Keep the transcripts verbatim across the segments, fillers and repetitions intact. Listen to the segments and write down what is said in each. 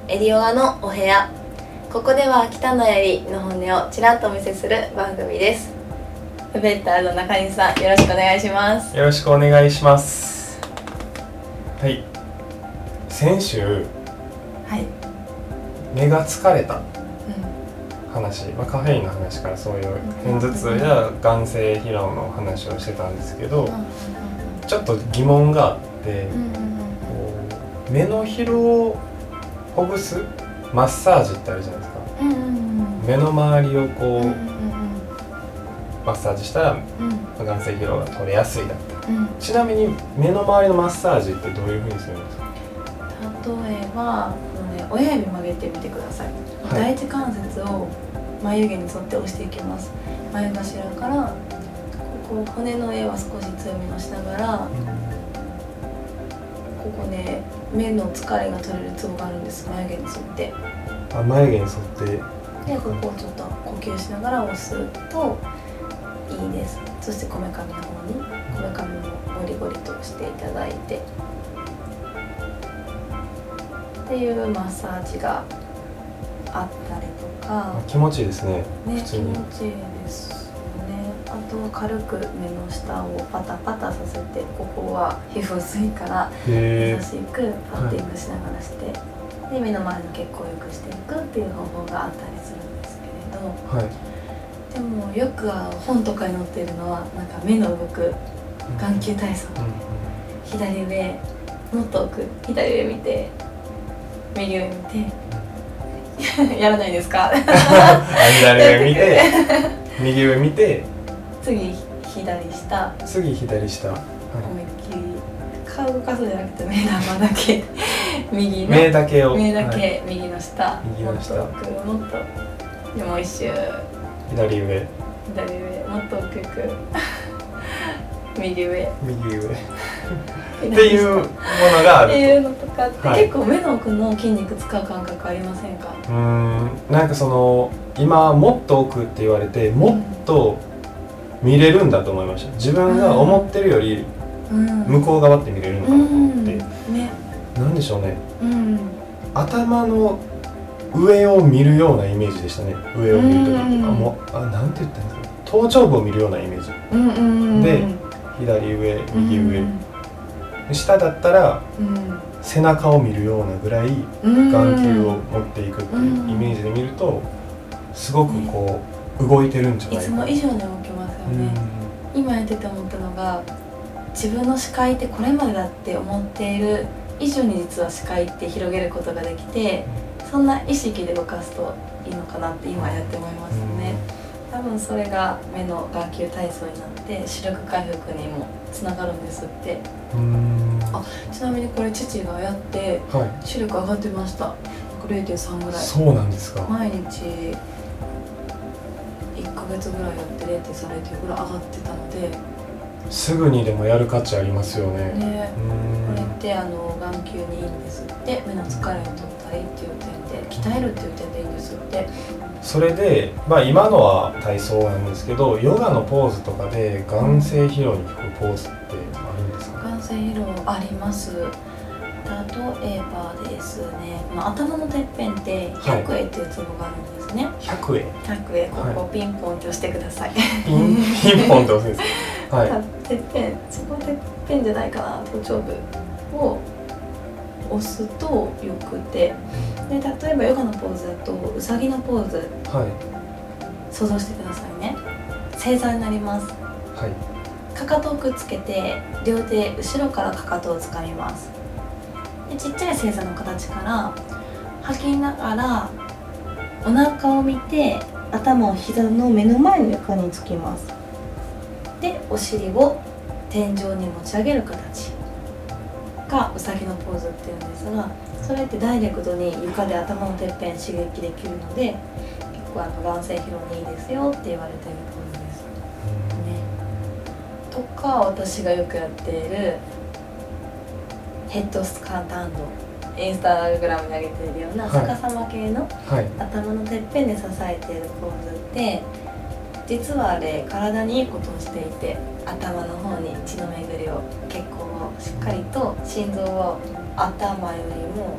エリオガのお部屋。ここでは北野エリの本音をちらっとお見せする番組です。ウベッターの中西さん、よろしくお願いします。 よろしくお願いします。はい、先週、 はい、 目が疲れた話、うんまあ、カフェインの話からそういう片頭痛や眼性疲労の話をしてたんですけど、うん、ちょっと疑問があって、うん、こう目の疲労をほぐすマッサージってあるじゃないですか、うんうんうん、目の周りをこう、うんうんうん、マッサージしたら、うん、眼性疲労が取れやすいだった、うん、ちなみに目の周りのマッサージってどういう風にするんですか？ 例えばこの、ね、親指曲げてみてください、はい、第一関節を眉毛に沿って押していきます。眉頭からここ骨の上は少し強めのしながら、うん、ここね目の疲れが取れるツボがあるんです。眉毛に沿ってあ眉毛に沿ってでここをちょっと呼吸しながら押すといいです。そしてこめかみの方にこめかみもゴリゴリとしていただいてっていうマッサージがあったりとか気持ちいいですね。 ね普通に気持ちいいですよね。あとは軽く目の下をパタパタさせてここは皮膚薄いから優しくパッティングしながらして、はい、で目の周りの血行を良くしていくっていう方法があったりするんですけれど、 はい、 でもよく本とかに載っているのはなんか目の動く眼球体操、うんうん、左上もっと奥左上見て右上見てやらないですか？ 左上見て右上見て次左下次左下、はい、 思いっきり顔動かすじゃなくて目玉だけ右の目だけを目だけ、はい、右の下右の下もっと奥もっとでもう一周左上左上もっと奥く右上右上っていうものがあるとっていうのとかって、 はい、 結構目の奥の筋肉使う感覚ありませんか？ うーんなんかその今もっと奥って言われてもっと見れるんだと思いました。自分が思ってるより向こう側って見れるのかなと思って、うんね、なんでしょうね、うん、頭の上を見るようなイメージでしたね。上を見るときっていうか、もうあなんて言ったんですか、頭頂部を見るようなイメージ、うんうんうん、で左上右上、うんうん、下だったら、うん、背中を見るようなぐらい眼球を持っていくっていうイメージで見るとすごくこう動いてるんじゃないかな。 いつも以上に動きますよね、うん、今やってて思ったのが自分の視界ってこれまでだって思っている以上に実は視界って広げることができて、そんな意識で動かすといいのかなって今やって思いますね、うん、多分それが目の眼球体操になって視力回復にもつながるんですって。うーんあちなみにこれ父がやって、はい、視力上がってました。 れいてんさん ぐらい。 そうなんですか。 毎日いっかげつぐらいやって れいてんさん れいてんよん ぐらい上がってたので、 すぐにでもやる価値ありますよね。 ねこれってあの眼球にいいんですって。目の疲れを取ったりっていう点で鍛えるっていう点でいいんですって。 それで、まあ、今のは体操なんですけどヨガのポーズとかで眼性疲労に効くポーズってあるんですか？ 眼性疲労あります。例えばですね、この頭のてっぺんってひゃくえっていうツボがあるんですね。 ひゃくえひゃくえここをピンポンって押してください。 ピンピンポンって押すんですか？はい。 てっぺんそこてっぺんじゃないかな、頭頂部を押すとよくて、で例えばヨガのポーズだとうさぎのポーズ、はい、想像してくださいね。正座になります、はい、かかとをくっつけて両手後ろからかかとをつかみます。でちっちゃい正座の形から吐きながらお腹を見て頭を膝の目の前の床につきます。でお尻を天井に持ち上げる形がうさぎのポーズっていうんですが、それってダイレクトに床で頭のてっぺん刺激できるので結構あの眼性疲労にいいですよって言われているポーズです、ね、とか私がよくやっているヘッドスカートインスタグラムに上げているような逆さま系の、はい、頭のてっぺんで支えているポーズって実はあれ体にいいことをしていて、頭の方に血の巡りを血行をしっかりと心臓を頭よりも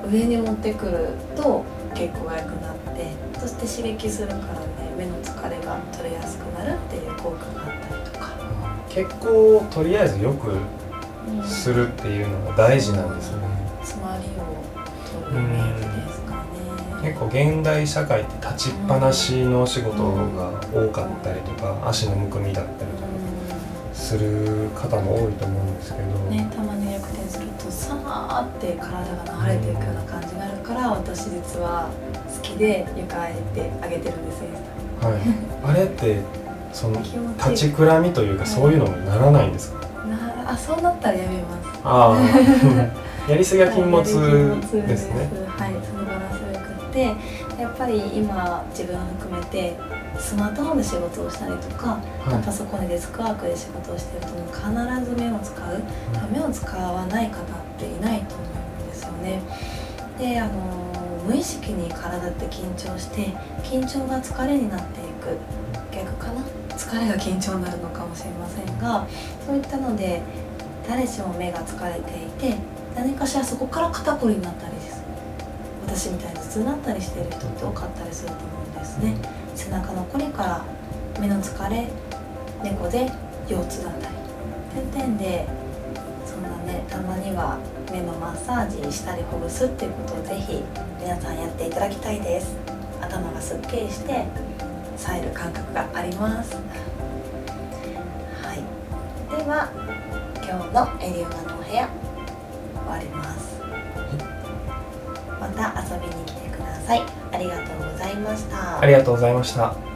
上に持ってくると血行が良くなって、そして刺激するからね目の疲れが取れやすくなるっていう効果があったりとか、 血行をとりあえずよくするっていうのが大事なんですね。 詰まりを取るイメージですかね。 結構現代社会って立ちっぱなしの仕事が多かったりとか、足のむくみだったりとかする方も多いと思うんですけど、 ね、たまに逆転するとさーって体が流れていくような感じになるから、私実は好きで床へってあげてるんですよ。 はい、あれってその立ちくらみというかそういうのにならないんですか？ なあ、そうなったらやめます。 ああやりすぎは禁物ですね。 はい、そのバランスがよくって、やっぱり今自分を含めてスマートフォンで仕事をしたりとか、はい、パソコンでデスクワークで仕事をしていると必ず目を使う、うん、目を使わない方っていないと思うんですよね。で、あの無意識に体って緊張して緊張が疲れになっていく、逆かな、疲れが緊張になるのかもしれませんが、そういったので誰しも目が疲れていて、何かしらそこから肩こりになったりです、私みたいに頭痛になったりしている人って多かったりすると思うんですね。背中のこりから目の疲れ、猫で腰痛だったりてんてんで、そんなね、たまには目のマッサージしたりほぐすっていうことをぜひ皆さんやっていただきたいです。頭がすっきりして冴える感覚があります。はい、では今日のエリオナのお部屋終わります。また遊びに来てください。ありがとうございました。 ありがとうございました。